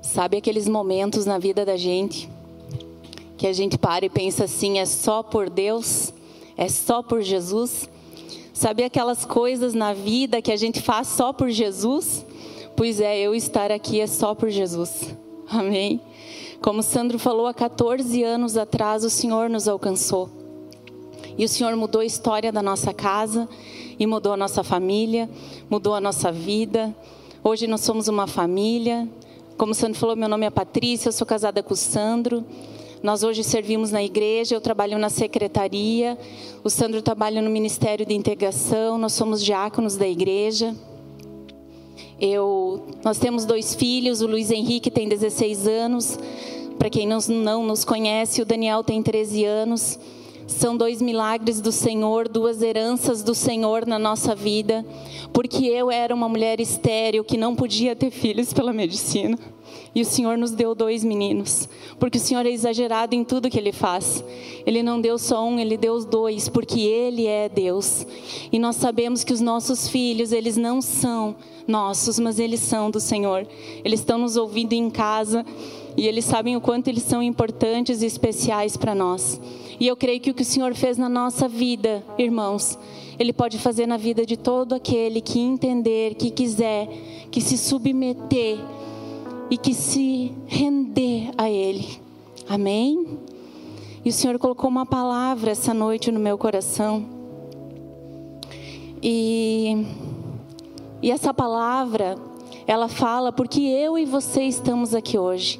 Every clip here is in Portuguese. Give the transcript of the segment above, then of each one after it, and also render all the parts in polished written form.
Sabe aqueles momentos na vida da gente que a gente para e pensa assim, é só por Deus? É só por Jesus? Sabe aquelas coisas na vida que a gente faz só por Jesus? Pois é, eu estar aqui é só por Jesus. Amém? Como o Sandro falou, há 14 anos atrás o Senhor nos alcançou. E o Senhor mudou a história da nossa casa, e mudou a nossa família, mudou a nossa vida. Hoje nós somos uma família. Como o Sandro falou, meu nome é Patrícia, eu sou casada com o Sandro. Nós hoje servimos na igreja, eu trabalho na secretaria, o Sandro trabalha no Ministério de Integração, nós somos diáconos da igreja. Nós temos 2 filhos, o Luiz Henrique tem 16 anos, para quem não nos conhece, o Daniel tem 13 anos. São 2 milagres do Senhor, 2 heranças do Senhor na nossa vida, porque eu era uma mulher estéril que não podia ter filhos pela medicina. E o Senhor nos deu 2 meninos, porque o Senhor é exagerado em tudo que Ele faz. Ele não deu só 1, Ele deu os 2, porque Ele é Deus. E nós sabemos que os nossos filhos, eles não são nossos, mas eles são do Senhor. Eles estão nos ouvindo em casa e eles sabem o quanto eles são importantes e especiais para nós. E eu creio que o que o Senhor fez na nossa vida, irmãos, Ele pode fazer na vida de todo aquele que entender, que quiser, que se submeter e que se render a Ele. Amém? E o Senhor colocou uma palavra essa noite no meu coração. E essa palavra, ela fala porque eu e você estamos aqui hoje.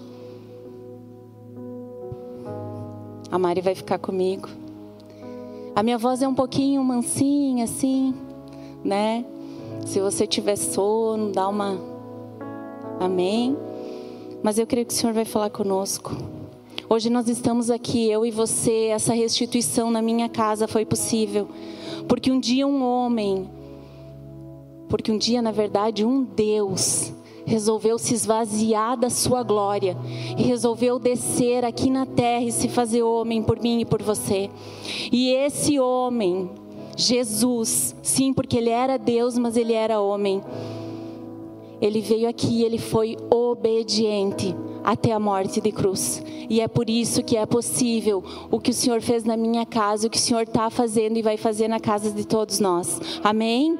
A Mari vai ficar comigo. A minha voz é um pouquinho mansinha, assim, né? Se você tiver sono, dá uma... Amém? Mas eu creio que o Senhor vai falar conosco. Hoje nós estamos aqui, eu e você. Essa restituição na minha casa foi possível porque um dia na verdade um Deus resolveu se esvaziar da sua glória e resolveu descer aqui na terra e se fazer homem por mim e por você. E esse homem, Jesus, sim, porque Ele era Deus, mas Ele era homem. Ele veio aqui, Ele foi obediente até a morte de cruz. E é por isso que é possível o que o Senhor fez na minha casa, o que o Senhor está fazendo e vai fazer na casa de todos nós. Amém?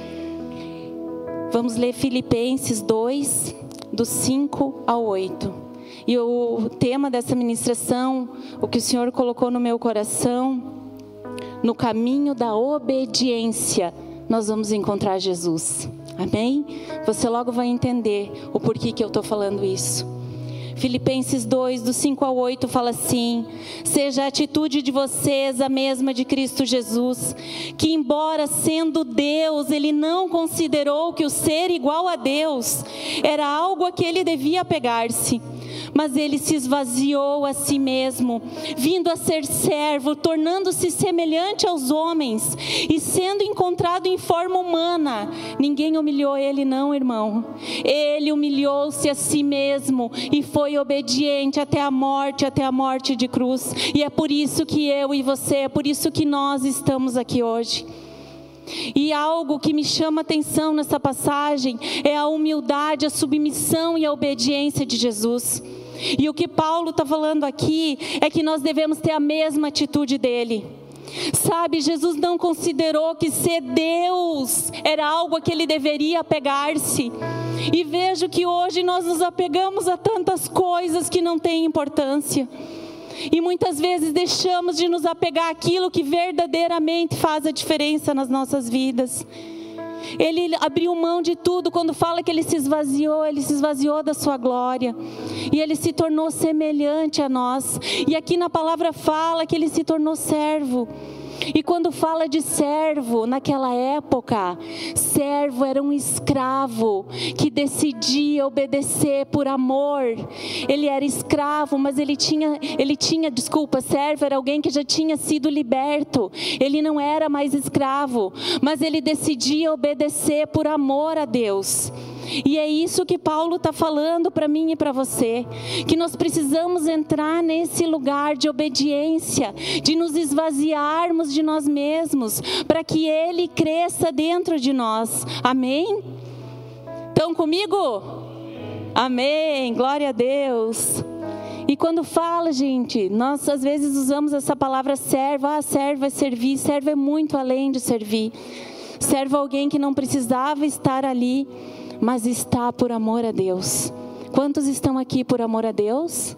Vamos ler Filipenses 2, do 5 ao 8. E o tema dessa ministração, o que o Senhor colocou no meu coração, no caminho da obediência, nós vamos encontrar Jesus. Amém? Você logo vai entender o porquê que eu estou falando isso. Filipenses 2, do 5 ao 8, fala assim: seja a atitude de vocês a mesma de Cristo Jesus, que embora sendo Deus, Ele não considerou que o ser igual a Deus era algo a que Ele devia apegar-se. Mas Ele se esvaziou a si mesmo, vindo a ser servo, tornando-se semelhante aos homens, e sendo encontrado em forma humana. Ninguém humilhou Ele não, irmão. Ele humilhou-se a si mesmo, e foi obediente até a morte de cruz. E é por isso que eu e você, é por isso que nós estamos aqui hoje. E algo que me chama a atenção nessa passagem é a humildade, a submissão e a obediência de Jesus. E o que Paulo está falando aqui é que nós devemos ter a mesma atitude dele. Sabe, Jesus não considerou que ser Deus era algo a que Ele deveria apegar-se. E vejo que hoje nós nos apegamos a tantas coisas que não têm importância. E muitas vezes deixamos de nos apegar àquilo que verdadeiramente faz a diferença nas nossas vidas. Ele abriu mão de tudo. Quando fala que Ele se esvaziou da sua glória. E Ele se tornou semelhante a nós. E aqui na palavra fala que Ele se tornou servo. E quando fala de servo, naquela época, servo era um escravo que decidia obedecer por amor. Ele era escravo, mas servo era alguém que já tinha sido liberto. Ele não era mais escravo, mas ele decidia obedecer por amor a Deus. E é isso que Paulo está falando para mim e para você, que nós precisamos entrar nesse lugar de obediência, de nos esvaziarmos de nós mesmos, para que Ele cresça dentro de nós. Amém? Estão comigo? Amém, glória a Deus. E quando fala, gente, nós às vezes usamos essa palavra serva. Serva é servir, serva é muito além de servir. Serva alguém que não precisava estar ali, mas está por amor a Deus. Quantos estão aqui por amor a Deus?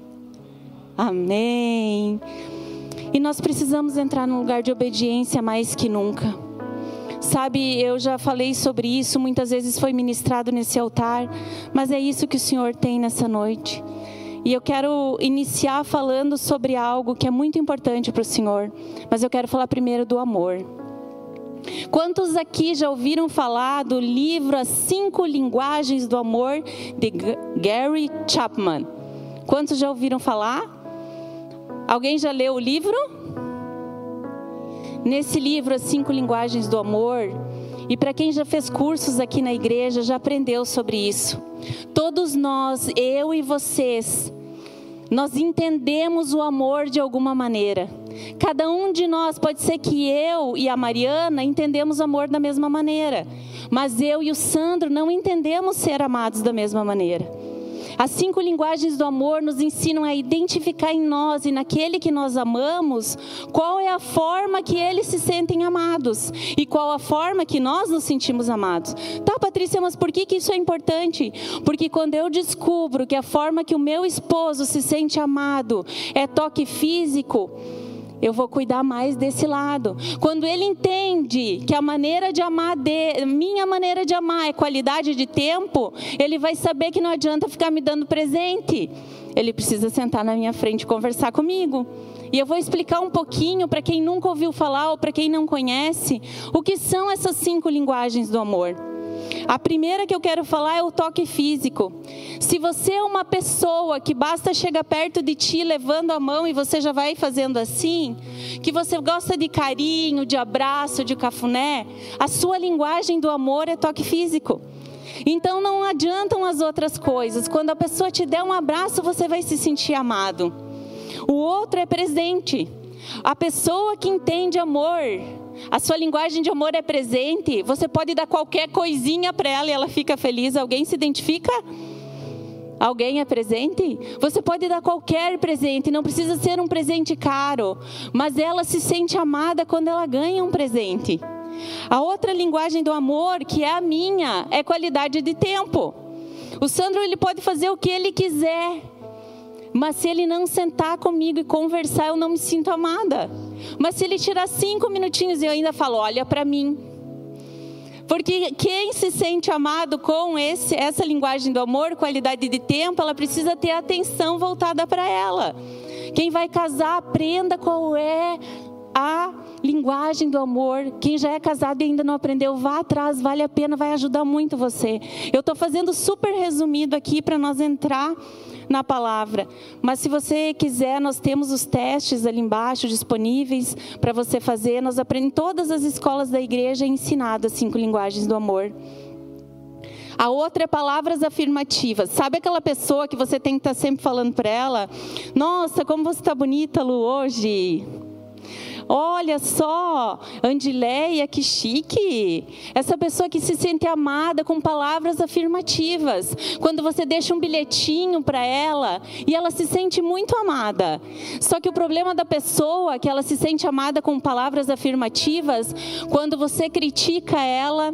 Amém. E nós precisamos entrar num lugar de obediência mais que nunca. Sabe, eu já falei sobre isso, muitas vezes foi ministrado nesse altar, mas é isso que o Senhor tem nessa noite. E eu quero iniciar falando sobre algo que é muito importante para o Senhor, mas eu quero falar primeiro do amor. Quantos aqui já ouviram falar do livro As 5 Linguagens do Amor, de Gary Chapman? Quantos já ouviram falar? Alguém já leu o livro? Nesse livro, As 5 Linguagens do Amor, e para quem já fez cursos aqui na igreja, já aprendeu sobre isso. Todos nós, eu e vocês, nós entendemos o amor de alguma maneira. Cada um de nós, pode ser que eu e a Mariana entendemos o amor da mesma maneira, mas eu e o Sandro não entendemos ser amados da mesma maneira. As 5 linguagens do amor nos ensinam a identificar em nós e naquele que nós amamos, qual é a forma que eles se sentem amados e qual a forma que nós nos sentimos amados. Tá, Patrícia, mas por que isso é importante? Porque quando eu descubro que a forma que o meu esposo se sente amado é toque físico, eu vou cuidar mais desse lado. Quando ele entende que a maneira de amar minha maneira de amar é qualidade de tempo, ele vai saber que não adianta ficar me dando presente. Ele precisa sentar na minha frente e conversar comigo. E eu vou explicar um pouquinho para quem nunca ouviu falar ou para quem não conhece, o que são essas 5 linguagens do amor. A primeira que eu quero falar é o toque físico. Se você é uma pessoa que basta chegar perto de ti levando a mão e você já vai fazendo assim, que você gosta de carinho, de abraço, de cafuné, a sua linguagem do amor é toque físico. Então não adiantam as outras coisas. Quando a pessoa te der um abraço, você vai se sentir amado. O outro é presente. A pessoa que entende amor, a sua linguagem de amor é presente. Você pode dar qualquer coisinha para ela e ela fica feliz. Alguém se identifica? Alguém é presente? Você pode dar qualquer presente, não precisa ser um presente caro, mas ela se sente amada quando ela ganha um presente. A outra linguagem do amor, que é a minha, é qualidade de tempo. O Sandro, ele pode fazer o que ele quiser, mas se ele não sentar comigo e conversar, eu não me sinto amada. Mas se ele tirar 5 minutinhos e eu ainda falo, olha para mim. Porque quem se sente amado com essa linguagem do amor, qualidade de tempo, ela precisa ter a atenção voltada para ela. Quem vai casar, aprenda qual é a linguagem do amor. Quem já é casado e ainda não aprendeu, vá atrás, vale a pena, vai ajudar muito você. Eu estou fazendo super resumido aqui para nós entrar na palavra, mas se você quiser, nós temos os testes ali embaixo disponíveis para você fazer. Nós aprendemos em todas as escolas da igreja ensinado as 5 linguagens do amor. A outra é palavras afirmativas. Sabe aquela pessoa que você tem que estar sempre falando para ela, nossa, como você está bonita, Lu, hoje. Olha só, Andileia, que chique. Essa pessoa que se sente amada com palavras afirmativas. Quando você deixa um bilhetinho para ela e ela se sente muito amada. Só que o problema da pessoa é que ela se sente amada com palavras afirmativas, quando você critica ela,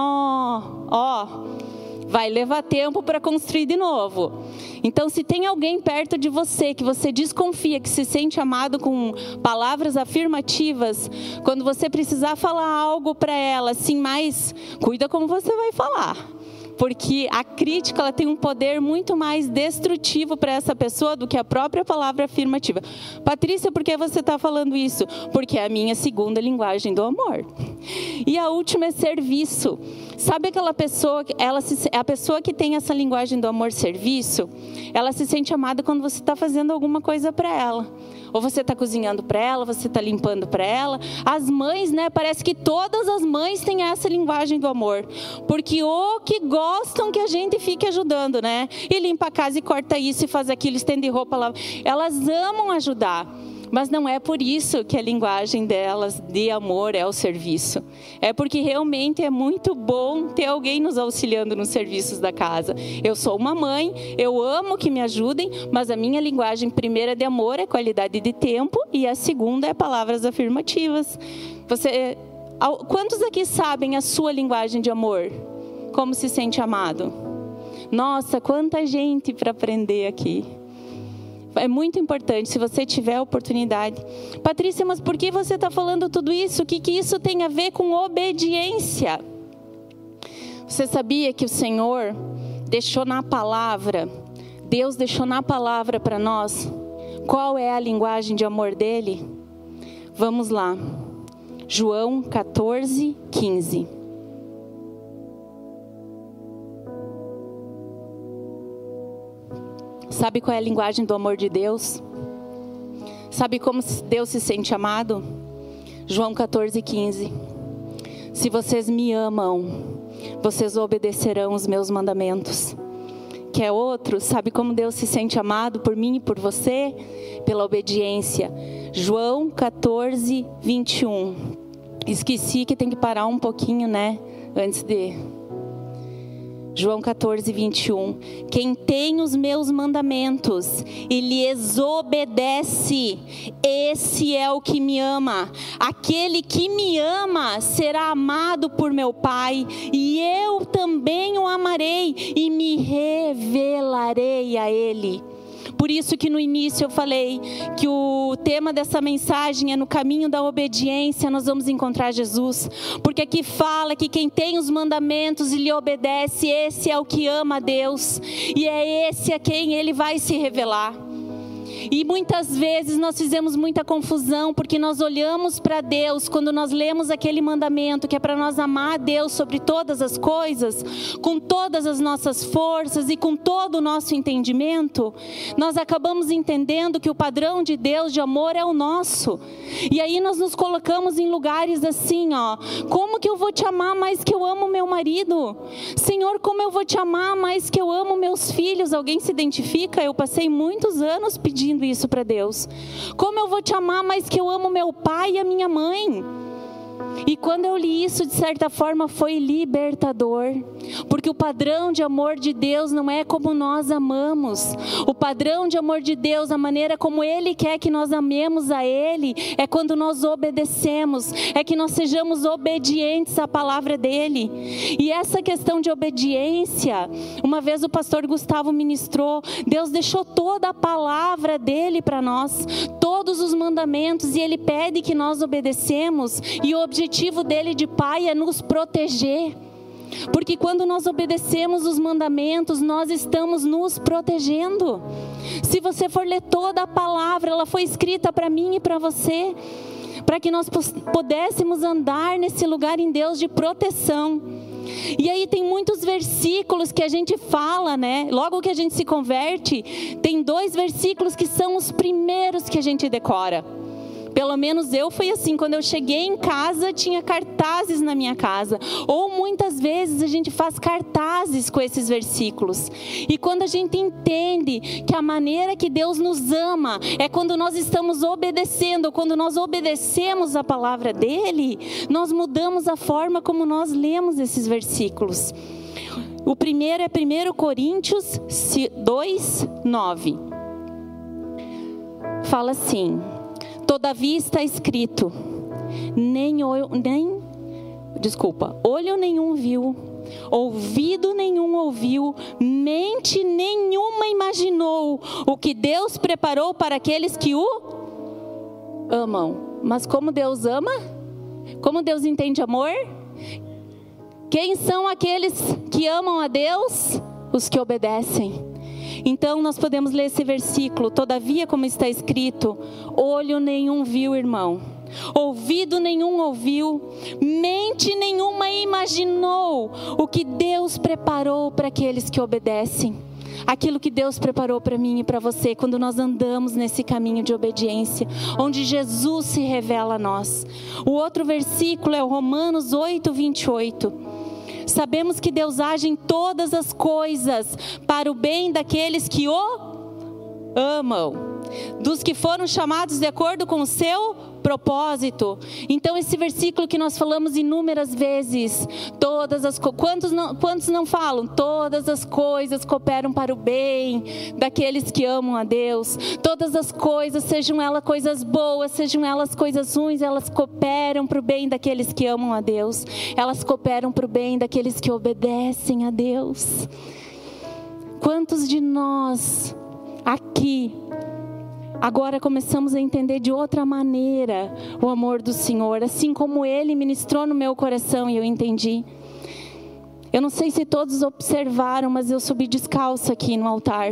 vai levar tempo para construir de novo. Então, se tem alguém perto de você que você desconfia, que se sente amado com palavras afirmativas, quando você precisar falar algo para ela, assim, mas cuida como você vai falar. Porque a crítica, ela tem um poder muito mais destrutivo para essa pessoa do que a própria palavra afirmativa. Patrícia, por que você está falando isso? Porque é a minha segunda linguagem do amor. E a última é serviço. Sabe aquela pessoa, a pessoa que tem essa linguagem do amor, serviço, ela se sente amada quando você está fazendo alguma coisa para ela. Ou você está cozinhando para ela, você está limpando para ela. As mães, né? Parece que todas as mães têm essa linguagem do amor. Porque que gostam que a gente fique ajudando, né? E limpa a casa e corta isso e faz aquilo, estende roupa lá. Elas amam ajudar. Mas não é por isso que a linguagem delas de amor é o serviço. É porque realmente é muito bom ter alguém nos auxiliando nos serviços da casa. Eu sou uma mãe, eu amo que me ajudem, mas a minha linguagem primeira de amor é qualidade de tempo e a segunda é palavras afirmativas. Quantos aqui sabem a sua linguagem de amor? Como se sente amado? Nossa, quanta gente para aprender aqui. É muito importante, se você tiver a oportunidade. Patrícia, mas por que você está falando tudo isso? O que isso tem a ver com obediência? Você sabia que o Senhor deixou na palavra, Deus deixou na palavra para nós, qual é a linguagem de amor dele? Vamos lá. João 14, 15. Sabe qual é a linguagem do amor de Deus? Sabe como Deus se sente amado? João 14, 15. Se vocês me amam, vocês obedecerão os meus mandamentos. Quer outro? Sabe como Deus se sente amado por mim e por você? Pela obediência. João 14, 21. Esqueci que tem que parar um pouquinho, né? Antes de... João 14, 21. Quem tem os meus mandamentos e lhes obedece, esse é o que me ama. Aquele que me ama será amado por meu Pai, e eu também o amarei e me revelarei a ele. Por isso que no início eu falei que o tema dessa mensagem é no caminho da obediência, nós vamos encontrar Jesus. Porque aqui fala que quem tem os mandamentos e lhe obedece, esse é o que ama a Deus. E é esse a quem ele vai se revelar. E muitas vezes nós fizemos muita confusão, porque nós olhamos para Deus, quando nós lemos aquele mandamento, que é para nós amar a Deus sobre todas as coisas, com todas as nossas forças e com todo o nosso entendimento, nós acabamos entendendo que o padrão de Deus de amor é o nosso. E aí nós nos colocamos em lugares assim, como que eu vou te amar mais que eu amo meu marido? Senhor, como eu vou te amar mais que eu amo meus filhos? Alguém se identifica? Eu passei muitos anos pedindo isso para Deus. Como eu vou te amar mais que eu amo meu pai e a minha mãe? E quando eu li isso, de certa forma, foi libertador. Porque o padrão de amor de Deus não é como nós amamos. O padrão de amor de Deus, a maneira como Ele quer que nós amemos a Ele, é quando nós obedecemos, é que nós sejamos obedientes à palavra dEle. E essa questão de obediência, uma vez o pastor Gustavo ministrou, Deus deixou toda a palavra dEle para nós, todos os mandamentos, e Ele pede que nós obedecemos, e o objetivo dele de pai é nos proteger. Porque quando nós obedecemos os mandamentos, nós estamos nos protegendo. Se você for ler toda a palavra, ela foi escrita para mim e para você, para que nós pudéssemos andar nesse lugar em Deus de proteção. E aí tem muitos versículos que a gente fala, né? Logo que a gente se converte, tem 2 versículos que são os primeiros que a gente decora. Pelo menos eu fui assim, quando eu cheguei em casa, tinha cartazes na minha casa. Ou muitas vezes a gente faz cartazes com esses versículos. E quando a gente entende que a maneira que Deus nos ama é quando nós estamos obedecendo, quando nós obedecemos a palavra dEle, nós mudamos a forma como nós lemos esses versículos. O primeiro é 1 Coríntios 2, 9. Fala assim: todavia está escrito, olho nenhum viu, ouvido nenhum ouviu, mente nenhuma imaginou o que Deus preparou para aqueles que o amam. Mas como Deus ama? Como Deus entende amor? Quem são aqueles que amam a Deus? Os que obedecem. Então nós podemos ler esse versículo: todavia, como está escrito, olho nenhum viu, irmão, ouvido nenhum ouviu, mente nenhuma imaginou o que Deus preparou para aqueles que obedecem. Aquilo que Deus preparou para mim e para você, quando nós andamos nesse caminho de obediência, onde Jesus se revela a nós. O outro versículo é o Romanos 8, 28. Sabemos que Deus age em todas as coisas para o bem daqueles que o amam, dos que foram chamados de acordo com o seu propósito. Então esse versículo que nós falamos inúmeras vezes, quantos não falam? Todas as coisas cooperam para o bem daqueles que amam a Deus. Todas as coisas, sejam elas coisas boas, sejam elas coisas ruins, elas cooperam para o bem daqueles que amam a Deus. Elas cooperam para o bem daqueles que obedecem a Deus. Quantos de nós aqui agora começamos a entender de outra maneira o amor do Senhor, assim como Ele ministrou no meu coração e eu entendi. Eu não sei se todos observaram, mas eu subi descalça aqui no altar.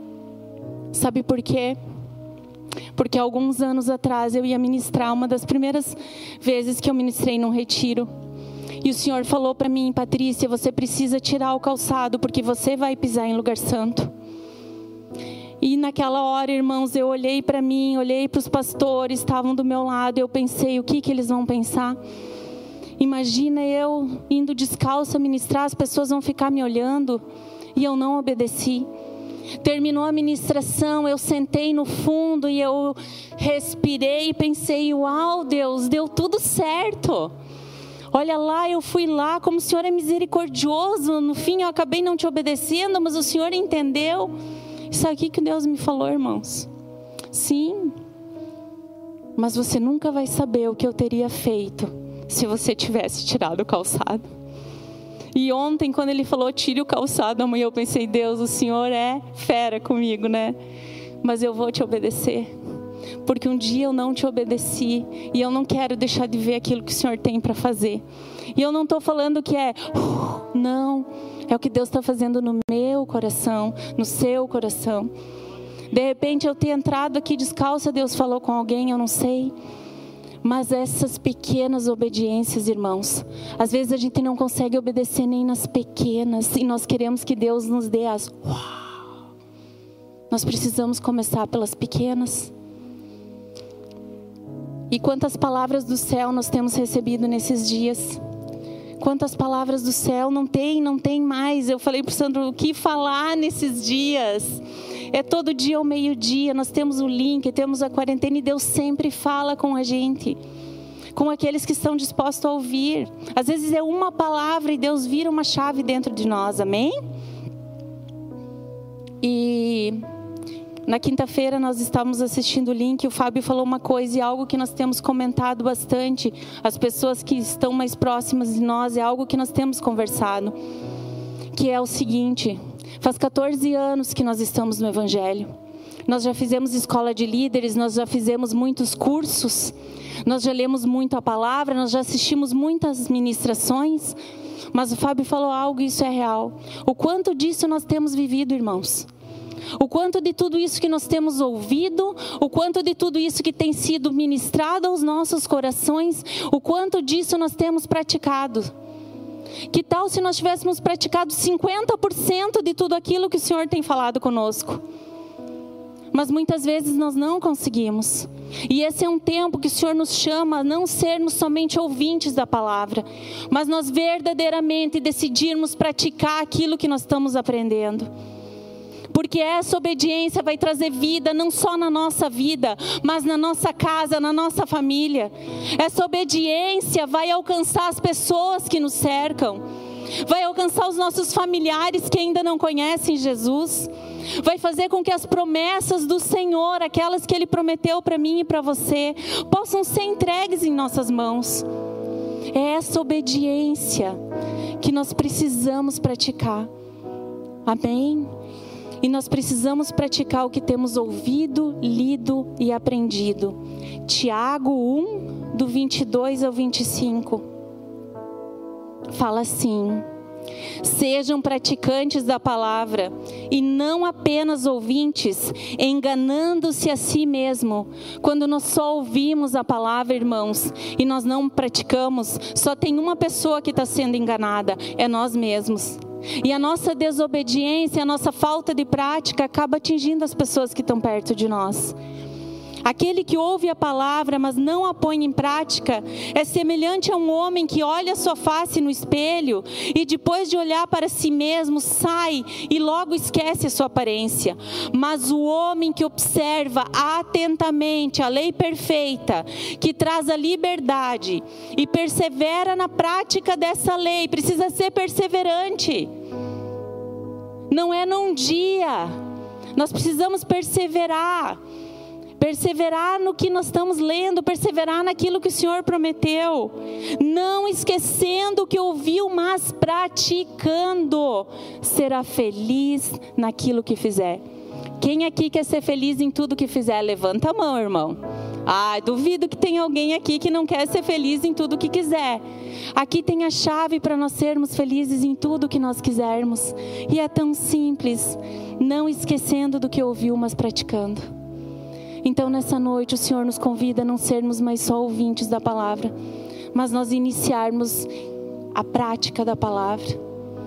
Sabe por quê? Porque alguns anos atrás eu ia ministrar, uma das primeiras vezes que eu ministrei num retiro. E o Senhor falou para mim: Patrícia, você precisa tirar o calçado, porque você vai pisar em lugar santo. E naquela hora, irmãos, eu olhei para mim, olhei para os pastores, estavam do meu lado, eu pensei, o que eles vão pensar? Imagina eu indo descalça ministrar, as pessoas vão ficar me olhando, e eu não obedeci. Terminou a ministração, eu sentei no fundo e eu respirei e pensei: uau, Deus, deu tudo certo. Olha lá, eu fui lá, como o Senhor é misericordioso, no fim eu acabei não te obedecendo, mas o Senhor entendeu. Isso aqui que Deus me falou, irmãos. Sim, mas você nunca vai saber o que eu teria feito se você tivesse tirado o calçado. E ontem, quando Ele falou, tire o calçado, amanhã eu pensei: Deus, o Senhor é fera comigo, né? Mas eu vou te obedecer. Porque um dia eu não te obedeci, e eu não quero deixar de ver aquilo que o Senhor tem para fazer. E eu não estou falando que não, é o que Deus está fazendo no meu coração, no seu coração. De repente eu ter entrado aqui descalça, Deus falou com alguém, eu não sei. Mas essas pequenas obediências, irmãos, às vezes a gente não consegue obedecer nem nas pequenas, e nós queremos que Deus nos dê as Nós precisamos começar pelas pequenas. E quantas palavras do céu nós temos recebido nesses dias? Quantas palavras do céu? Não tem mais. Eu falei para o Sandro, o que falar nesses dias? É todo dia ao meio-dia, nós temos o link, temos a quarentena, e Deus sempre fala com a gente, com aqueles que estão dispostos a ouvir. Às vezes é uma palavra e Deus vira uma chave dentro de nós, amém? E na quinta-feira nós estávamos assistindo o link, o Fábio falou uma coisa, e algo que nós temos comentado bastante, as pessoas que estão mais próximas de nós, é algo que nós temos conversado, que é o seguinte: faz 14 anos que nós estamos no Evangelho, nós já fizemos escola de líderes, nós já fizemos muitos cursos, nós já lemos muito a palavra, nós já assistimos muitas ministrações, mas o Fábio falou algo, e isso é real. O quanto disso nós temos vivido, irmãos? O quanto de tudo isso que nós temos ouvido, o quanto de tudo isso que tem sido ministrado aos nossos corações, o quanto disso nós temos praticado? Que tal se nós tivéssemos praticado 50% de tudo aquilo que o Senhor tem falado conosco? Mas muitas vezes nós não conseguimos. E esse é um tempo que o Senhor nos chama a não sermos somente ouvintes da palavra, mas nós verdadeiramente decidirmos praticar aquilo que nós estamos aprendendo. Porque essa obediência vai trazer vida, não só na nossa vida, mas na nossa casa, na nossa família. Essa obediência vai alcançar as pessoas que nos cercam. Vai alcançar os nossos familiares que ainda não conhecem Jesus. Vai fazer com que as promessas do Senhor, aquelas que Ele prometeu para mim e para você, possam ser entregues em nossas mãos. É essa obediência que nós precisamos praticar. Amém? E nós precisamos praticar o que temos ouvido, lido e aprendido. Tiago 1, do 22 ao 25. Fala assim: sejam praticantes da palavra e não apenas ouvintes, enganando-se a si mesmo. Quando nós só ouvimos a palavra, irmãos, e nós não praticamos, só tem uma pessoa que está sendo enganada, é nós mesmos. E a nossa desobediência, a nossa falta de prática acaba atingindo as pessoas que estão perto de nós. Aquele que ouve a palavra, mas não a põe em prática, é semelhante a um homem que olha a sua face no espelho e depois de olhar para si mesmo, sai e logo esquece a sua aparência. Mas o homem que observa atentamente a lei perfeita, que traz a liberdade e persevera na prática dessa lei, precisa ser perseverante. Não é num dia, nós precisamos perseverar. Perseverar no que nós estamos lendo, perseverar naquilo que o Senhor prometeu, não esquecendo o que ouviu, mas praticando, será feliz naquilo que fizer. Quem aqui quer ser feliz em tudo que fizer? Levanta a mão, irmão. Duvido que tenha alguém aqui que não quer ser feliz em tudo que quiser. Aqui tem a chave para nós sermos felizes em tudo que nós quisermos, e é tão simples, não esquecendo do que ouviu, mas praticando. Então nessa noite o Senhor nos convida a não sermos mais só ouvintes da palavra, mas nós iniciarmos a prática da palavra.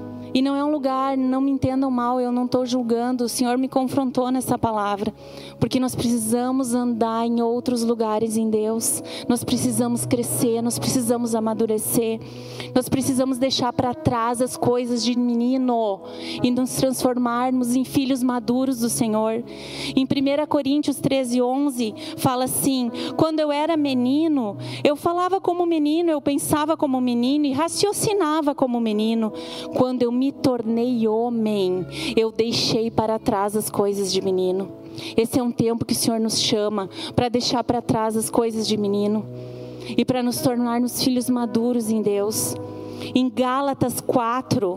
E não é um lugar, não me entendam mal, eu não estou julgando, o Senhor me confrontou nessa palavra, porque nós precisamos andar em outros lugares em Deus, nós precisamos crescer, nós precisamos amadurecer, nós precisamos deixar para trás as coisas de menino e nos transformarmos em filhos maduros do Senhor. Em 1 Coríntios 13:11 fala assim: quando eu era menino, eu falava como menino, eu pensava como menino e raciocinava como menino. Quando eu me tornei homem, eu deixei para trás as coisas de menino. Esse é um tempo que o Senhor nos chama para deixar para trás as coisas de menino e para nos tornarmos filhos maduros em Deus. Em Gálatas 4,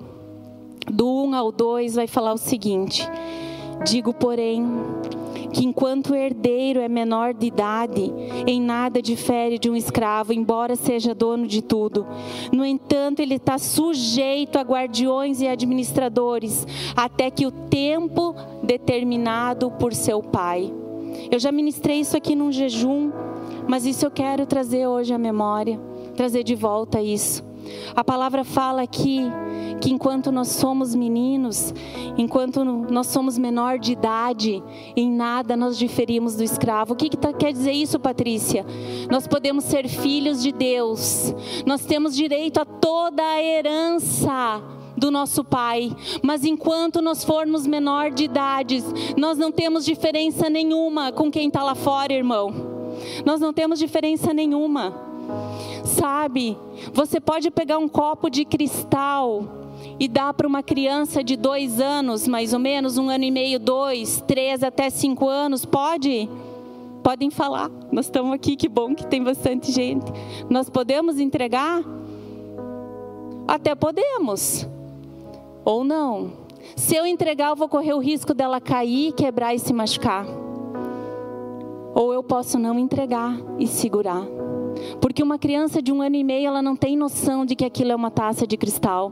do 1 ao 2, vai falar o seguinte: digo, porém, que enquanto o herdeiro é menor de idade, em nada difere de um escravo, embora seja dono de tudo. No entanto, ele está sujeito a guardiões e administradores, até que o tempo determinado por seu pai. Eu já ministrei isso aqui num jejum, mas isso eu quero trazer hoje à memória, trazer de volta isso. A palavra fala aqui que enquanto nós somos meninos, enquanto nós somos menor de idade, em nada nós diferimos do escravo. O que quer dizer isso, Patrícia? Nós podemos ser filhos de Deus, nós temos direito a toda a herança do nosso Pai, mas enquanto nós formos menor de idade, nós não temos diferença nenhuma com quem está lá fora, irmão. Nós não temos diferença nenhuma. Sabe, você pode pegar um copo de cristal e dar para uma criança de 2 anos, mais ou menos, 1 ano e meio, 2, 3, até 5 anos, pode? Podem falar, nós estamos aqui, que bom que tem bastante gente. Nós podemos entregar? Até podemos, ou não. Se eu entregar, eu vou correr o risco dela cair, quebrar e se machucar. Ou eu posso não entregar e segurar. Porque uma criança de 1 ano e meio, ela não tem noção de que aquilo é uma taça de cristal.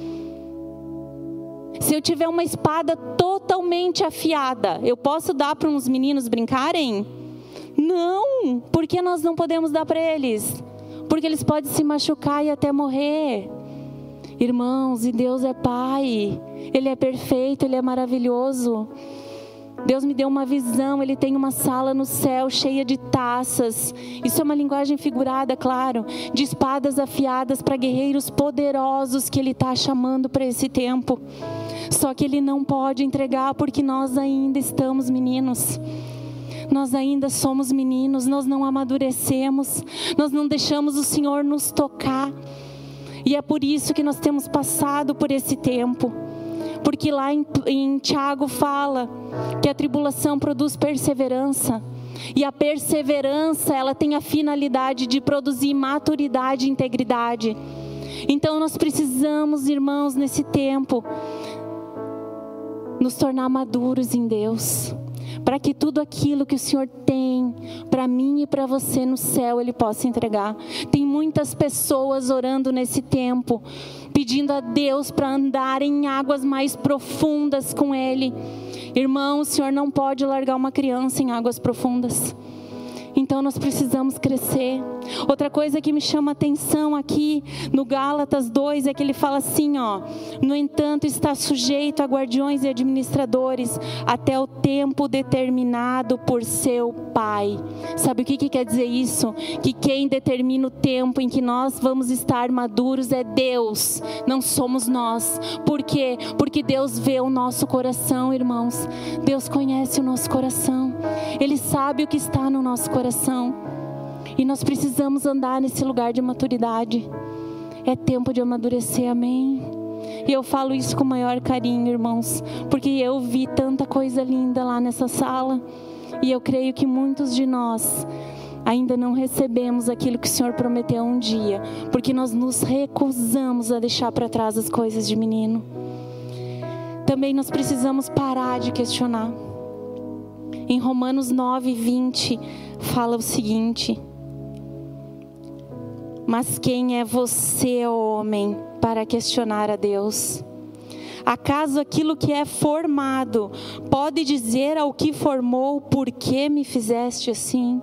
Se eu tiver uma espada totalmente afiada, eu posso dar para uns meninos brincarem? Não, porque nós não podemos dar para eles? Porque eles podem se machucar e até morrer. Irmãos, e Deus é Pai, Ele é perfeito, Ele é maravilhoso. Deus me deu uma visão, Ele tem uma sala no céu cheia de taças. Isso é uma linguagem figurada, claro, de espadas afiadas para guerreiros poderosos que Ele está chamando para esse tempo. Só que Ele não pode entregar porque nós ainda estamos meninos. Nós ainda somos meninos, nós não amadurecemos, nós não deixamos o Senhor nos tocar. E é por isso que nós temos passado por esse tempo. Porque lá em Tiago fala que a tribulação produz perseverança. E a perseverança, ela tem a finalidade de produzir maturidade e integridade. Então nós precisamos, irmãos, nesse tempo, nos tornar maduros em Deus. Para que tudo aquilo que o Senhor tem para mim e para você no céu, Ele possa entregar. Tem muitas pessoas orando nesse tempo, pedindo a Deus para andar em águas mais profundas com Ele. Irmão, o Senhor não pode largar uma criança em águas profundas. Então nós precisamos crescer. Outra coisa que me chama a atenção aqui no Gálatas 2 é que ele fala assim, ó: no entanto está sujeito a guardiões e administradores até o tempo determinado por seu Pai. Sabe o que quer dizer isso? Que quem determina o tempo em que nós vamos estar maduros é Deus, não somos nós. Por quê? Porque Deus vê o nosso coração, irmãos. Deus conhece o nosso coração. Ele sabe o que está no nosso coração. E nós precisamos andar nesse lugar de maturidade. É tempo de amadurecer, amém? E eu falo isso com o maior carinho, irmãos, porque eu vi tanta coisa linda lá nessa sala. E eu creio que muitos de nós ainda não recebemos aquilo que o Senhor prometeu um dia, porque nós nos recusamos a deixar para trás as coisas de menino. Também nós precisamos parar de questionar. Em Romanos 9:20 fala o seguinte: mas quem é você, homem, para questionar a Deus? Acaso aquilo que é formado pode dizer ao que formou: por que me fizeste assim?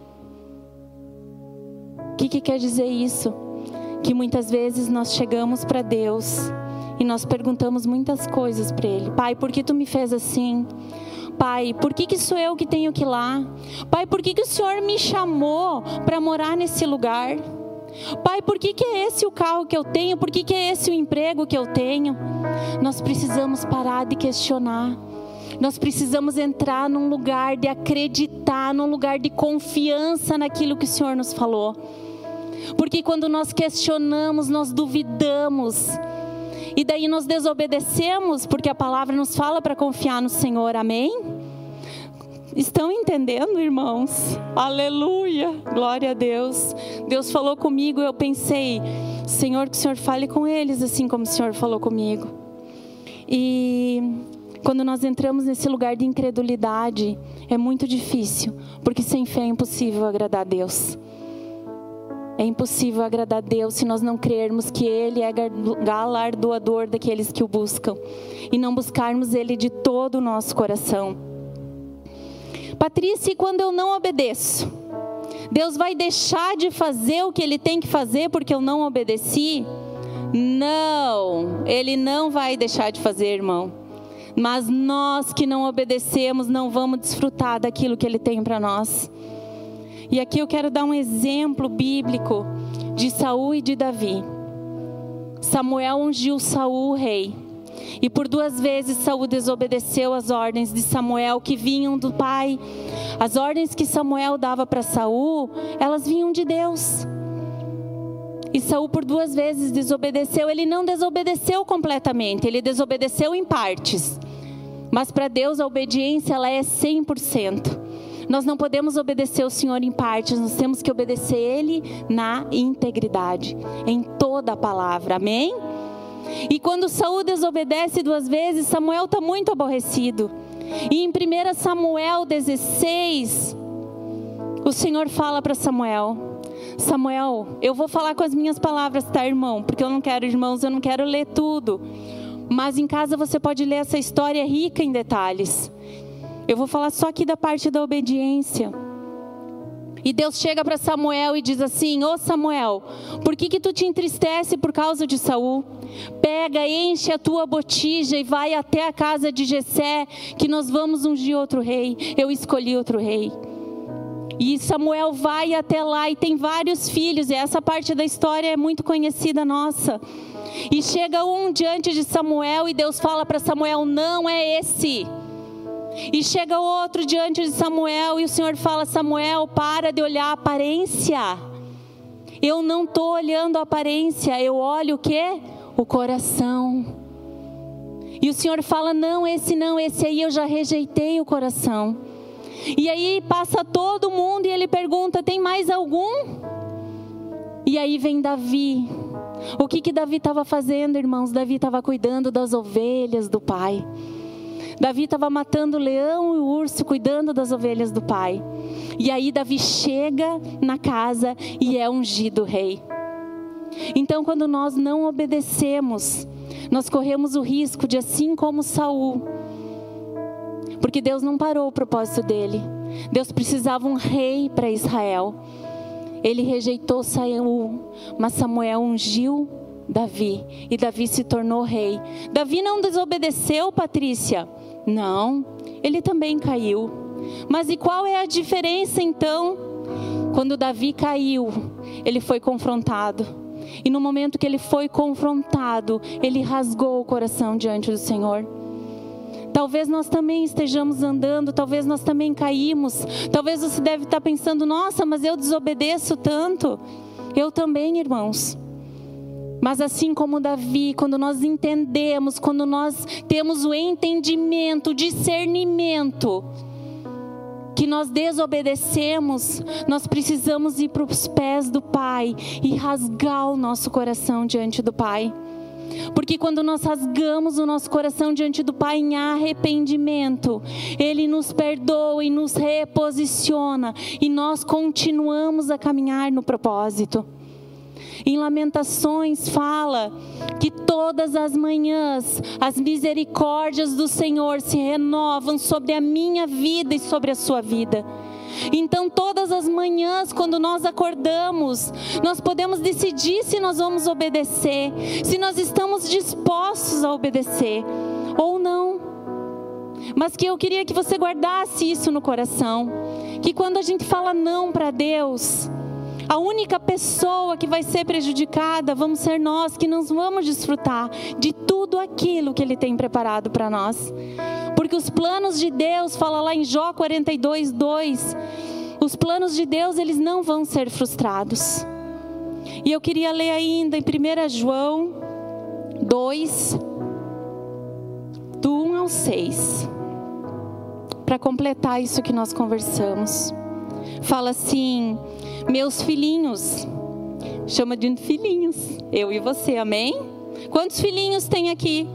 O que quer dizer isso? Que muitas vezes nós chegamos para Deus e nós perguntamos muitas coisas para Ele. Pai, por que tu me fez assim? Pai, por que sou eu que tenho que ir lá? Pai, por que o Senhor me chamou para morar nesse lugar? Pai, por que é esse o carro que eu tenho? Por que é esse o emprego que eu tenho? Nós precisamos parar de questionar. Nós precisamos entrar num lugar de acreditar, num lugar de confiança naquilo que o Senhor nos falou. Porque quando nós questionamos, nós duvidamos. E daí nós desobedecemos, porque a palavra nos fala para confiar no Senhor, amém? Estão entendendo, irmãos? Aleluia, glória a Deus. Deus falou comigo, eu pensei: Senhor, que o Senhor fale com eles assim como o Senhor falou comigo. E quando nós entramos nesse lugar de incredulidade, é muito difícil, porque sem fé é impossível agradar a Deus. É impossível agradar a Deus se nós não crermos que Ele é galardoador daqueles que o buscam e não buscarmos Ele de todo o nosso coração. Patrícia, e quando eu não obedeço? Deus vai deixar de fazer o que Ele tem que fazer porque eu não obedeci? Não, Ele não vai deixar de fazer, irmão. Mas nós que não obedecemos não vamos desfrutar daquilo que Ele tem para nós. E aqui eu quero dar um exemplo bíblico de Saul e de Davi. Samuel ungiu Saul rei. E por 2 vezes Saul desobedeceu as ordens de Samuel que vinham do pai. As ordens que Samuel dava para Saul, elas vinham de Deus. E Saul por 2 vezes desobedeceu. Ele não desobedeceu completamente, ele desobedeceu em partes. Mas para Deus a obediência ela é 100%. Nós não podemos obedecer o Senhor em partes, nós temos que obedecer Ele na integridade, em toda a palavra, amém? E quando Saul desobedece 2 vezes, Samuel está muito aborrecido. E em 1 Samuel 16, o Senhor fala para Samuel: Samuel, eu vou falar com as minhas palavras, tá, irmão? Porque eu não quero, irmãos, eu não quero ler tudo. Mas em casa você pode ler essa história rica em detalhes. Eu vou falar só aqui da parte da obediência. E Deus chega para Samuel e diz assim: ô Samuel, por que tu te entristece por causa de Saul? Pega, enche a tua botija e vai até a casa de Jessé, que nós vamos ungir outro rei. Eu escolhi outro rei. E Samuel vai até lá e tem vários filhos. E essa parte da história é muito conhecida nossa. E chega um diante de Samuel e Deus fala para Samuel: não é esse. E chega outro diante de Samuel e o Senhor fala: Samuel, para de olhar a aparência. Eu não estou olhando a aparência, eu olho o quê? O coração. E o Senhor fala: não, esse aí eu já rejeitei o coração. E aí passa todo mundo e ele pergunta: tem mais algum? E aí vem Davi. O que Davi estava fazendo, irmãos? Davi estava cuidando das ovelhas do pai. Davi estava matando o leão e o urso, cuidando das ovelhas do pai. E aí Davi chega na casa e é ungido rei. Então quando nós não obedecemos, nós corremos o risco de, assim como Saul, porque Deus não parou o propósito dele, Deus precisava um rei para Israel. Ele rejeitou Saul, mas Samuel ungiu Davi, e Davi se tornou rei. Davi não desobedeceu, Patrícia? Não, ele também caiu. Mas e qual é a diferença então? Quando Davi caiu, ele foi confrontado. E no momento que ele foi confrontado, ele rasgou o coração diante do Senhor. Talvez nós também estejamos andando, talvez nós também caímos. Talvez você deve estar pensando, nossa, mas eu desobedeço tanto. Eu também, irmãos. Mas assim como Davi, quando nós entendemos, quando nós temos o entendimento, o discernimento, que nós desobedecemos, nós precisamos ir para os pés do Pai e rasgar o nosso coração diante do Pai. Porque quando nós rasgamos o nosso coração diante do Pai em arrependimento, Ele nos perdoa e nos reposiciona, e nós continuamos a caminhar no propósito. Em Lamentações fala que todas as manhãs as misericórdias do Senhor se renovam sobre a minha vida e sobre a sua vida. Então todas as manhãs, quando nós acordamos, nós podemos decidir se nós vamos obedecer, se nós estamos dispostos a obedecer ou não. Mas que eu queria que você guardasse isso no coração, que quando a gente fala não para Deus, a única pessoa que vai ser prejudicada vamos ser nós, que não vamos desfrutar de tudo aquilo que Ele tem preparado para nós. Porque os planos de Deus, fala lá em Jó 42:2, os planos de Deus, eles não vão ser frustrados. E eu queria ler ainda em 1 João 2, do 1 ao 6, para completar isso que nós conversamos. Fala assim: meus filhinhos, chama de filhinhos, eu e você, amém? Quantos filhinhos tem aqui?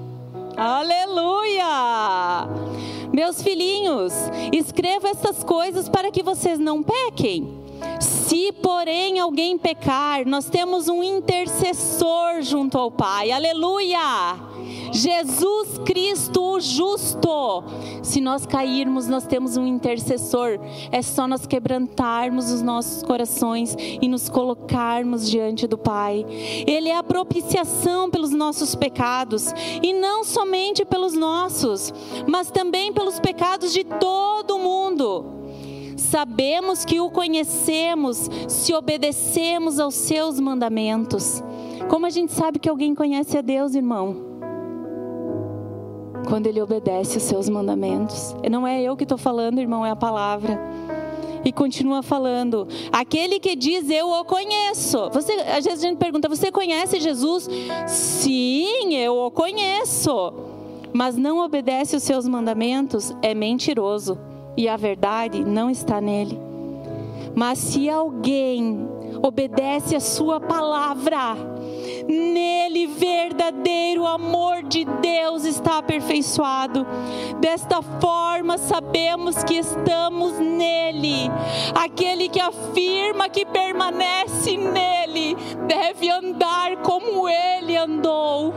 Aleluia! Meus filhinhos, escreva essas coisas para que vocês não pequem. Se porém alguém pecar, nós temos um intercessor junto ao Pai. Aleluia! Jesus Cristo o justo. Se nós cairmos, nós temos um intercessor. É só nós quebrantarmos os nossos corações e nos colocarmos diante do Pai. Ele é a propiciação pelos nossos pecados, e não somente pelos nossos, mas também pelos pecados de todo mundo. Sabemos que o conhecemos se obedecemos aos seus mandamentos. Como a gente sabe que alguém conhece a Deus, irmão? Quando ele obedece os seus mandamentos. Não é eu que estou falando, irmão, é a palavra. E continua falando: aquele que diz eu o conheço. Às vezes a gente pergunta: você conhece Jesus? Sim, eu o conheço. Mas não obedece os seus mandamentos, é mentiroso, e a verdade não está nele. Mas se alguém obedece a sua palavra, nele verdadeiro amor de Deus está aperfeiçoado. Desta forma sabemos que estamos nele. Aquele que afirma que permanece nele deve andar como ele andou.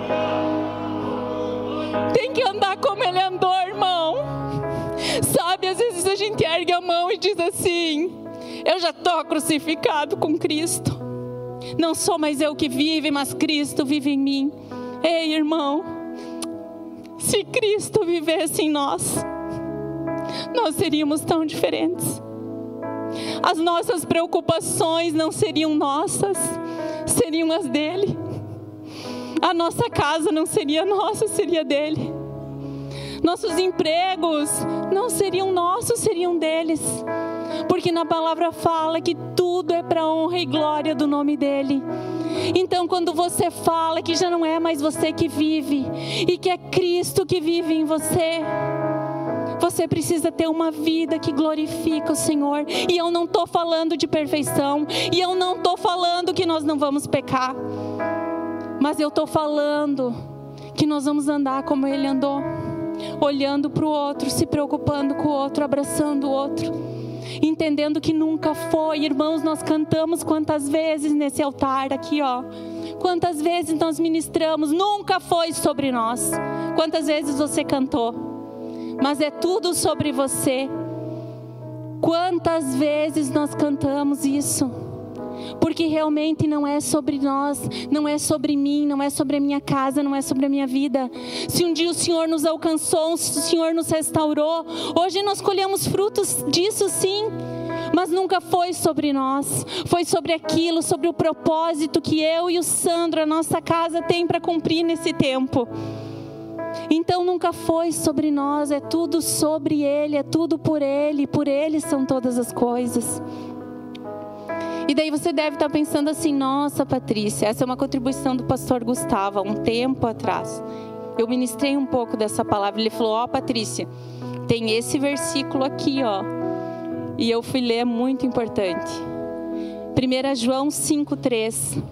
Tem que andar como ele andou, irmão. Sabe, às vezes a gente ergue a mão e diz assim: eu já estou crucificado com Cristo. Não sou mais eu que vive, mas Cristo vive em mim. Ei, irmão, se Cristo vivesse em nós, nós seríamos tão diferentes. As nossas preocupações não seriam nossas, seriam as dele. A nossa casa não seria nossa, seria dele. Nossos empregos não seriam nossos, seriam deles. Porque na palavra fala que tudo é para a honra e glória do nome dele. Então quando você fala que já não é mais você que vive, e que é Cristo que vive em você, você precisa ter uma vida que glorifica o Senhor. E eu não estou falando de perfeição, e eu não estou falando que nós não vamos pecar, mas eu estou falando que nós vamos andar como ele andou, olhando para o outro, se preocupando com o outro, abraçando o outro, entendendo que nunca foi. Irmãos, nós cantamos quantas vezes nesse altar aqui, ó, quantas vezes nós ministramos, nunca foi sobre nós. Quantas vezes você cantou? Mas é tudo sobre você. Quantas vezes nós cantamos isso? Porque realmente não é sobre nós, não é sobre mim, não é sobre a minha casa, não é sobre a minha vida. Se um dia o Senhor nos alcançou, se o Senhor nos restaurou, hoje nós colhemos frutos disso sim. Mas nunca foi sobre nós, foi sobre aquilo, sobre o propósito que eu e o Sandro, a nossa casa, tem para cumprir nesse tempo. Então nunca foi sobre nós, é tudo sobre Ele, é tudo por Ele são todas as coisas. E daí você deve estar pensando assim: nossa, Patrícia, essa é uma contribuição do pastor Gustavo, há um tempo atrás. Eu ministrei um pouco dessa palavra, ele falou: ó, Patrícia, tem esse versículo aqui, ó. E eu fui ler, é muito importante. 1 João 5,3.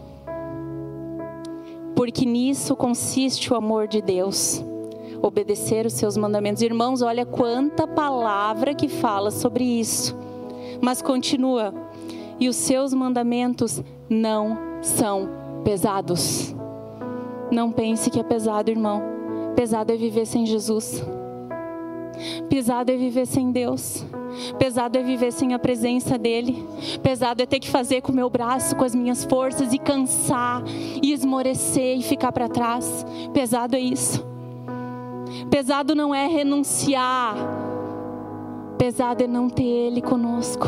Porque nisso consiste o amor de Deus, obedecer os seus mandamentos. Irmãos, olha quanta palavra que fala sobre isso. Mas continua: e os seus mandamentos não são pesados. Não pense que é pesado, irmão. Pesado é viver sem Jesus. Pesado é viver sem Deus. Pesado é viver sem a presença dEle. Pesado é ter que fazer com o meu braço, com as minhas forças, e cansar, e esmorecer, e ficar para trás. Pesado é isso. Pesado não é renunciar. Pesado é não ter Ele conosco.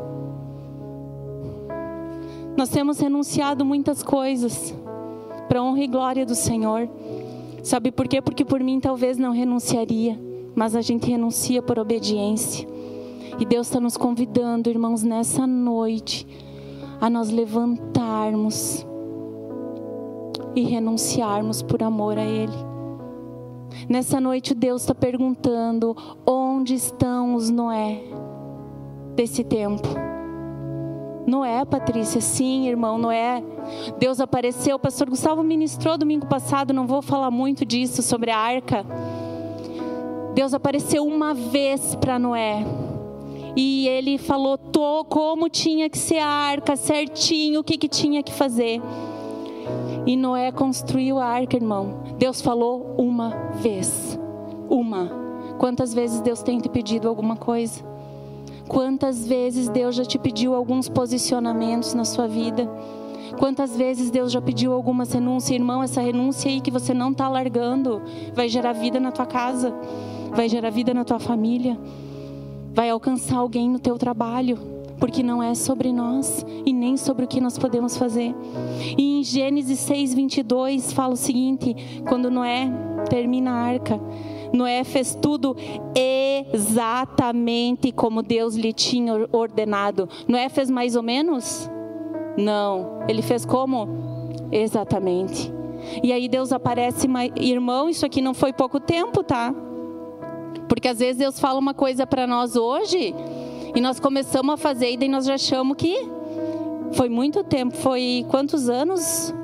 Nós temos renunciado muitas coisas para a honra e glória do Senhor. Sabe por quê? Porque por mim talvez não renunciaria, mas a gente renuncia por obediência. E Deus está nos convidando, irmãos, nessa noite, a nós levantarmos e renunciarmos por amor a Ele. Nessa noite Deus está perguntando: onde estão os Noé desse tempo? Noé, Patrícia, sim, irmão, Noé. Deus apareceu, o pastor Gustavo ministrou domingo passado, não vou falar muito disso, sobre a arca. Deus apareceu uma vez para Noé. E ele falou como tinha que ser a arca, certinho, o que tinha que fazer. E Noé construiu a arca, irmão. Deus falou uma vez. Uma. Quantas vezes Deus tem te pedido alguma coisa? Quantas vezes Deus já te pediu alguns posicionamentos na sua vida? Quantas vezes Deus já pediu algumas renúncias? Irmão, essa renúncia aí que você não está largando vai gerar vida na tua casa, vai gerar vida na tua família, vai alcançar alguém no teu trabalho, porque não é sobre nós e nem sobre o que nós podemos fazer. E em Gênesis 6:22 fala o seguinte: quando Noé termina a arca, Noé fez tudo exatamente como Deus lhe tinha ordenado. Noé fez mais ou menos? Não, ele fez como? Exatamente. E aí Deus aparece, irmão, isso aqui não foi pouco tempo, tá? Porque às vezes Deus fala uma coisa para nós hoje e nós começamos a fazer e daí nós já achamos que foi muito tempo. Foi quantos anos?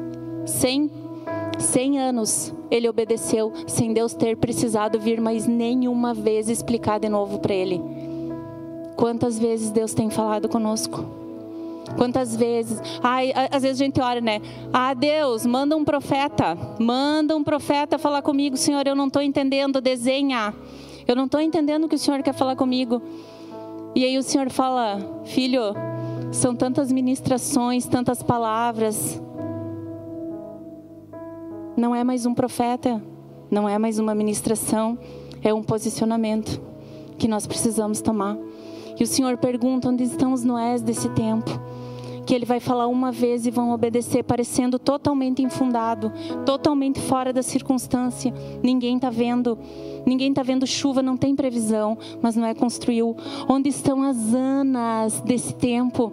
100 anos ele obedeceu sem Deus ter precisado vir mais nenhuma vez explicar de novo para ele. Quantas vezes Deus tem falado conosco? Quantas vezes? Às vezes a gente ora, né? Deus, manda um profeta falar comigo. Senhor, eu não estou entendendo, desenha. Eu não estou entendendo o que o Senhor quer falar comigo. E aí o Senhor fala: filho, são tantas ministrações, tantas palavras. Não é mais um profeta, não é mais uma ministração, é um posicionamento que nós precisamos tomar. E o Senhor pergunta: onde estão os Noés desse tempo? Que Ele vai falar uma vez e vão obedecer, parecendo totalmente infundado, totalmente fora da circunstância. Ninguém está vendo chuva, não tem previsão, mas Noé construiu. Onde estão as Anas desse tempo?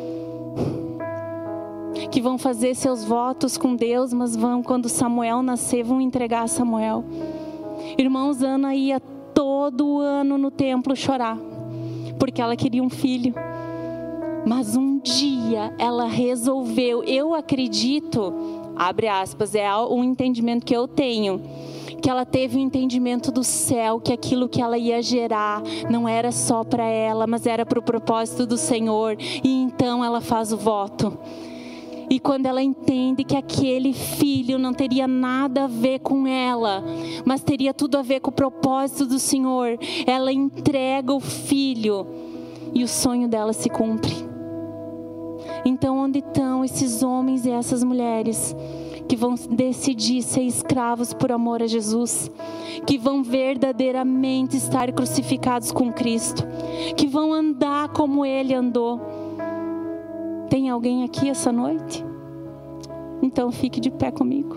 Que vão fazer seus votos com Deus, mas vão, quando Samuel nascer, vão entregar a Samuel. Irmãos, Ana ia todo ano no templo chorar, porque ela queria um filho. Mas um dia ela resolveu, eu acredito, abre aspas, é um entendimento que eu tenho, que ela teve um entendimento do céu, que aquilo que ela ia gerar não era só para ela, mas era para o propósito do Senhor. E então ela faz o voto. E quando ela entende que aquele filho não teria nada a ver com ela, mas teria tudo a ver com o propósito do Senhor, ela entrega o filho. e o sonho dela se cumpre. Então, onde estão esses homens e essas mulheres que vão decidir ser escravos por amor a Jesus, que vão verdadeiramente estar crucificados com Cristo, que vão andar como Ele andou? Tem alguém aqui essa noite? Então fique de pé comigo.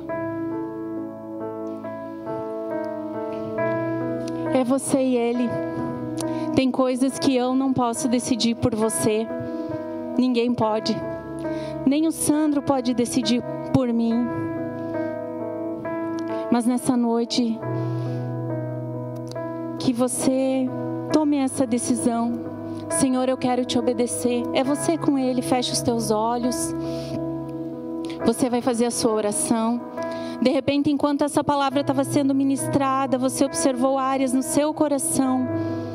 É você e Ele. Tem coisas que eu não posso decidir por você. Ninguém pode. Nem o Sandro pode decidir por mim. Mas nessa noite, que você tome essa decisão. Senhor, eu quero te obedecer. É você com Ele. Feche os teus olhos. Você vai fazer a sua oração. De repente, enquanto essa palavra estava sendo ministrada, você observou áreas no seu coração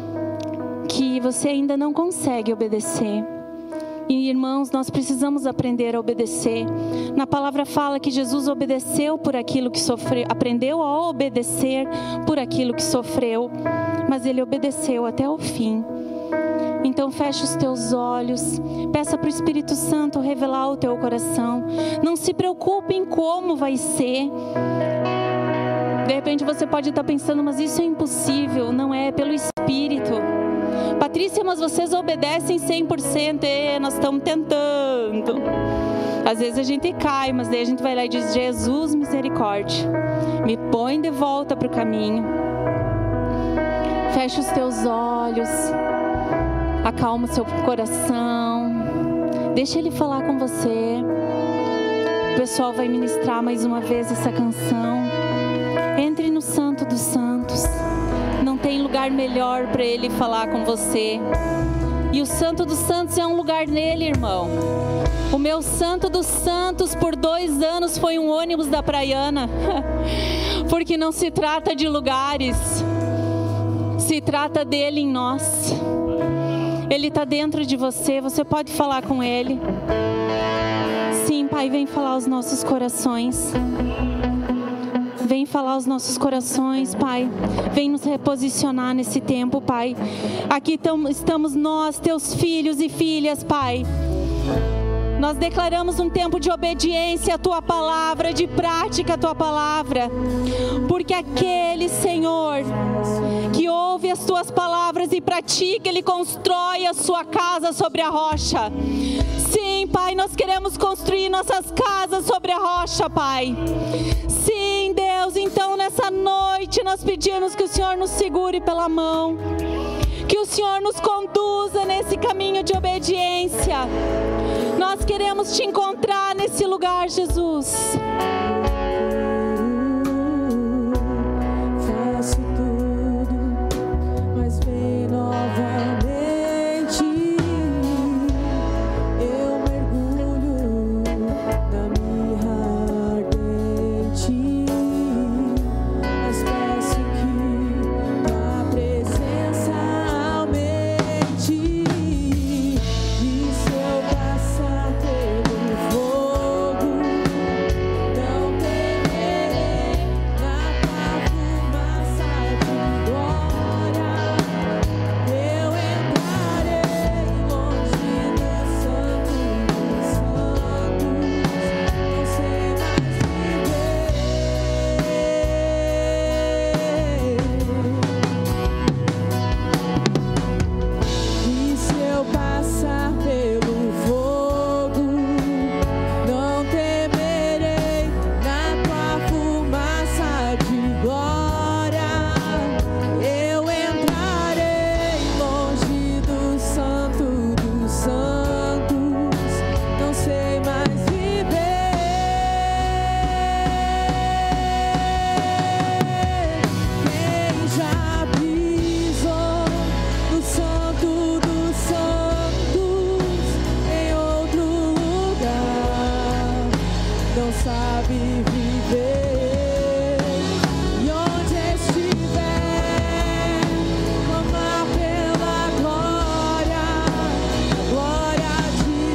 que você ainda não consegue obedecer. E irmãos, nós precisamos aprender a obedecer. Na palavra fala que Jesus obedeceu por aquilo que sofreu, aprendeu a obedecer por aquilo que sofreu, mas Ele obedeceu até o fim. Então feche os teus olhos, peça para o Espírito Santo revelar o teu coração. Não se preocupe em como vai ser. De repente você pode estar pensando, mas isso é impossível. Não é, pelo Espírito. Patrícia, mas vocês obedecem 100%. Nós estamos tentando. Às vezes a gente cai, mas daí a gente vai lá e diz: Jesus, misericórdia, me põe de volta para o caminho. Feche os teus olhos, acalma o seu coração, deixa Ele falar com você. O pessoal vai ministrar mais uma vez essa canção. Entre no Santo dos Santos. Não tem lugar melhor para Ele falar com você. E o Santo dos Santos é um lugar nele, irmão. O meu Santo dos Santos por 2 anos foi um ônibus da Praiana. Porque não se trata de lugares, se trata dele em nós. Ele está dentro de você, você pode falar com Ele. Sim, Pai, vem falar aos nossos corações. Vem falar aos nossos corações, Pai. Vem nos reposicionar nesse tempo, Pai. Aqui estamos nós, teus filhos e filhas, Pai. Nós declaramos um tempo de obediência à Tua palavra, de prática à Tua palavra. Porque aquele, Senhor, que ouve as Tuas palavras e pratica, ele constrói a sua casa sobre a rocha. Sim, Pai, nós queremos construir nossas casas sobre a rocha, Pai. Sim, Deus, então nessa noite nós pedimos que o Senhor nos segure pela mão. Que o Senhor nos conduza nesse caminho de obediência. Nós queremos Te encontrar nesse lugar, Jesus. Faço tudo, mas vem novamente. Eu mergulho na mirra ardente, mas peço que Tua presença aumente. E se eu passar pelo fogo, não temerei. Na Tua fumaça de glória, eu entrarei longe do santo dos santos. Não sei mais viver. E se eu passar pelo fogo, não temerei. Na Tua fumaça de glória, eu entrarei longe do santo dos santos. Não sei mais viver. Quem já pisou no santo dos santos em outro lugar não sabe viver. E onde estiver, clamar pela glória, a glória de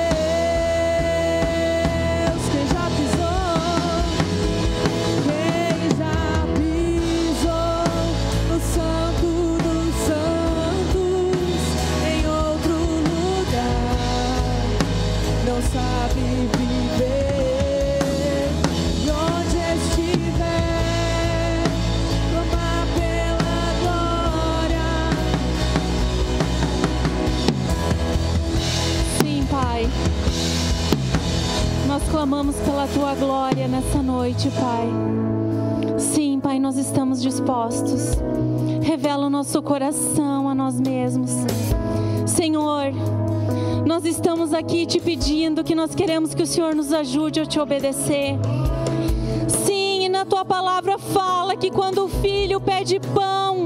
Deus. Quem já pisou no santo dos santos em outro viver. E onde estiver, clamar pela glória. Sim, Pai. Nós clamamos pela Tua glória nessa noite, Pai. Sim, Pai, nós estamos dispostos. Revela o nosso coração a nós mesmos. Senhor, nós estamos aqui te pedindo que nós queremos que o Senhor nos ajude a te obedecer. Sim, e na Tua palavra fala que quando o filho pede pão,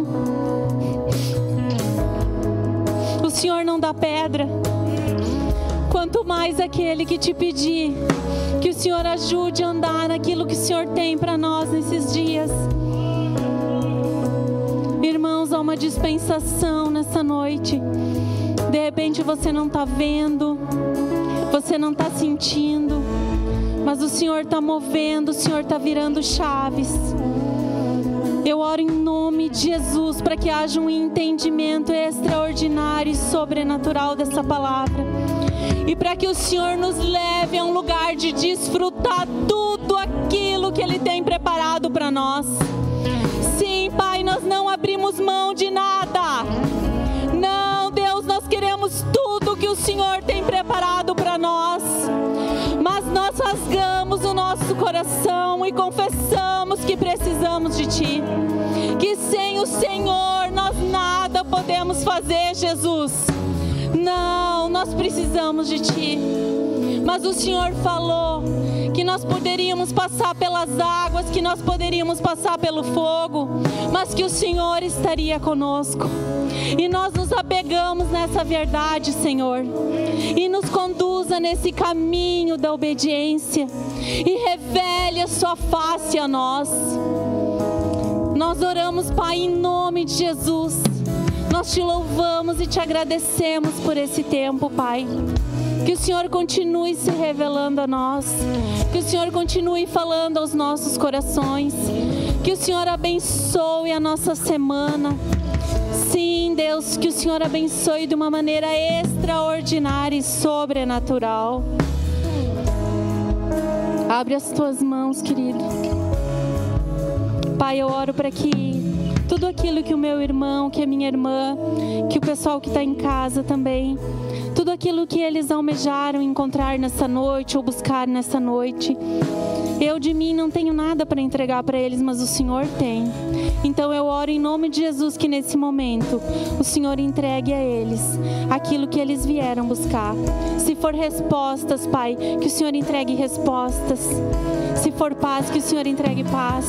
o Senhor não dá pedra. Quanto mais aquele que te pedir, que o Senhor ajude a andar naquilo que o Senhor tem para nós nesses dias. Irmãos, há uma dispensação nessa noite. De repente você não está vendo, você não está sentindo, mas o Senhor está movendo, o Senhor está virando chaves. Eu oro em nome de Jesus para que haja um entendimento extraordinário e sobrenatural dessa palavra. E para que o Senhor nos leve a um lugar de desfrutar tudo aquilo que Ele tem preparado para nós. Sim, Pai, nós não abrimos mão de nada. Não, Deus, nós queremos tudo que o Senhor tem preparado para nós. Mas nós rasgamos o nosso coração e confessamos que precisamos de Ti. Que sem o Senhor nós nada podemos fazer, Jesus. Não, nós precisamos de Ti. Mas o Senhor falou que nós poderíamos passar pelas águas, que nós poderíamos passar pelo fogo, mas que o Senhor estaria conosco. E nós nos apegamos nessa verdade, Senhor. E nos conduza nesse caminho da obediência. E revele a Sua face a nós. Nós oramos, Pai, em nome de Jesus. Nós Te louvamos e Te agradecemos por esse tempo, Pai. Que o Senhor continue se revelando a nós. Que o Senhor continue falando aos nossos corações. Que o Senhor abençoe a nossa semana. Sim, Deus, que o Senhor abençoe de uma maneira extraordinária e sobrenatural. Abre as Tuas mãos, querido. Pai, eu oro para que tudo aquilo que o meu irmão, que a minha irmã, que o pessoal que está em casa também, tudo aquilo que eles almejaram encontrar nessa noite ou buscar nessa noite, eu de mim não tenho nada para entregar para eles, mas o Senhor tem. Então eu oro em nome de Jesus que nesse momento o Senhor entregue a eles aquilo que eles vieram buscar. Se for respostas, Pai, que o Senhor entregue respostas. Se for paz, que o Senhor entregue paz.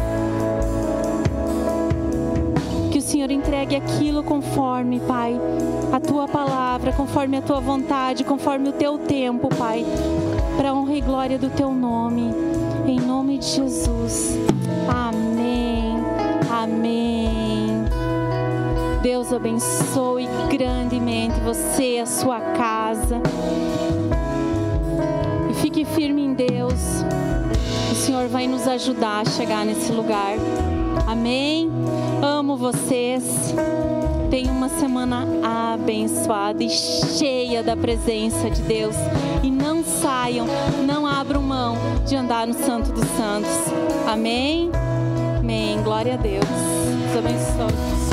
Que o Senhor entregue aquilo conforme, Pai, a Tua palavra, conforme a Tua vontade, conforme o Teu tempo, Pai, para a honra e glória do Teu nome, em nome de Jesus. Amém, amém. Deus abençoe grandemente você e a sua casa. E fique firme em Deus. O Senhor vai nos ajudar a chegar nesse lugar. Amém? Amo vocês. Tenham uma semana abençoada e cheia da presença de Deus. E não saiam, não abram mão de andar no Santo dos Santos. Amém? Amém. Glória a Deus. Deus abençoe.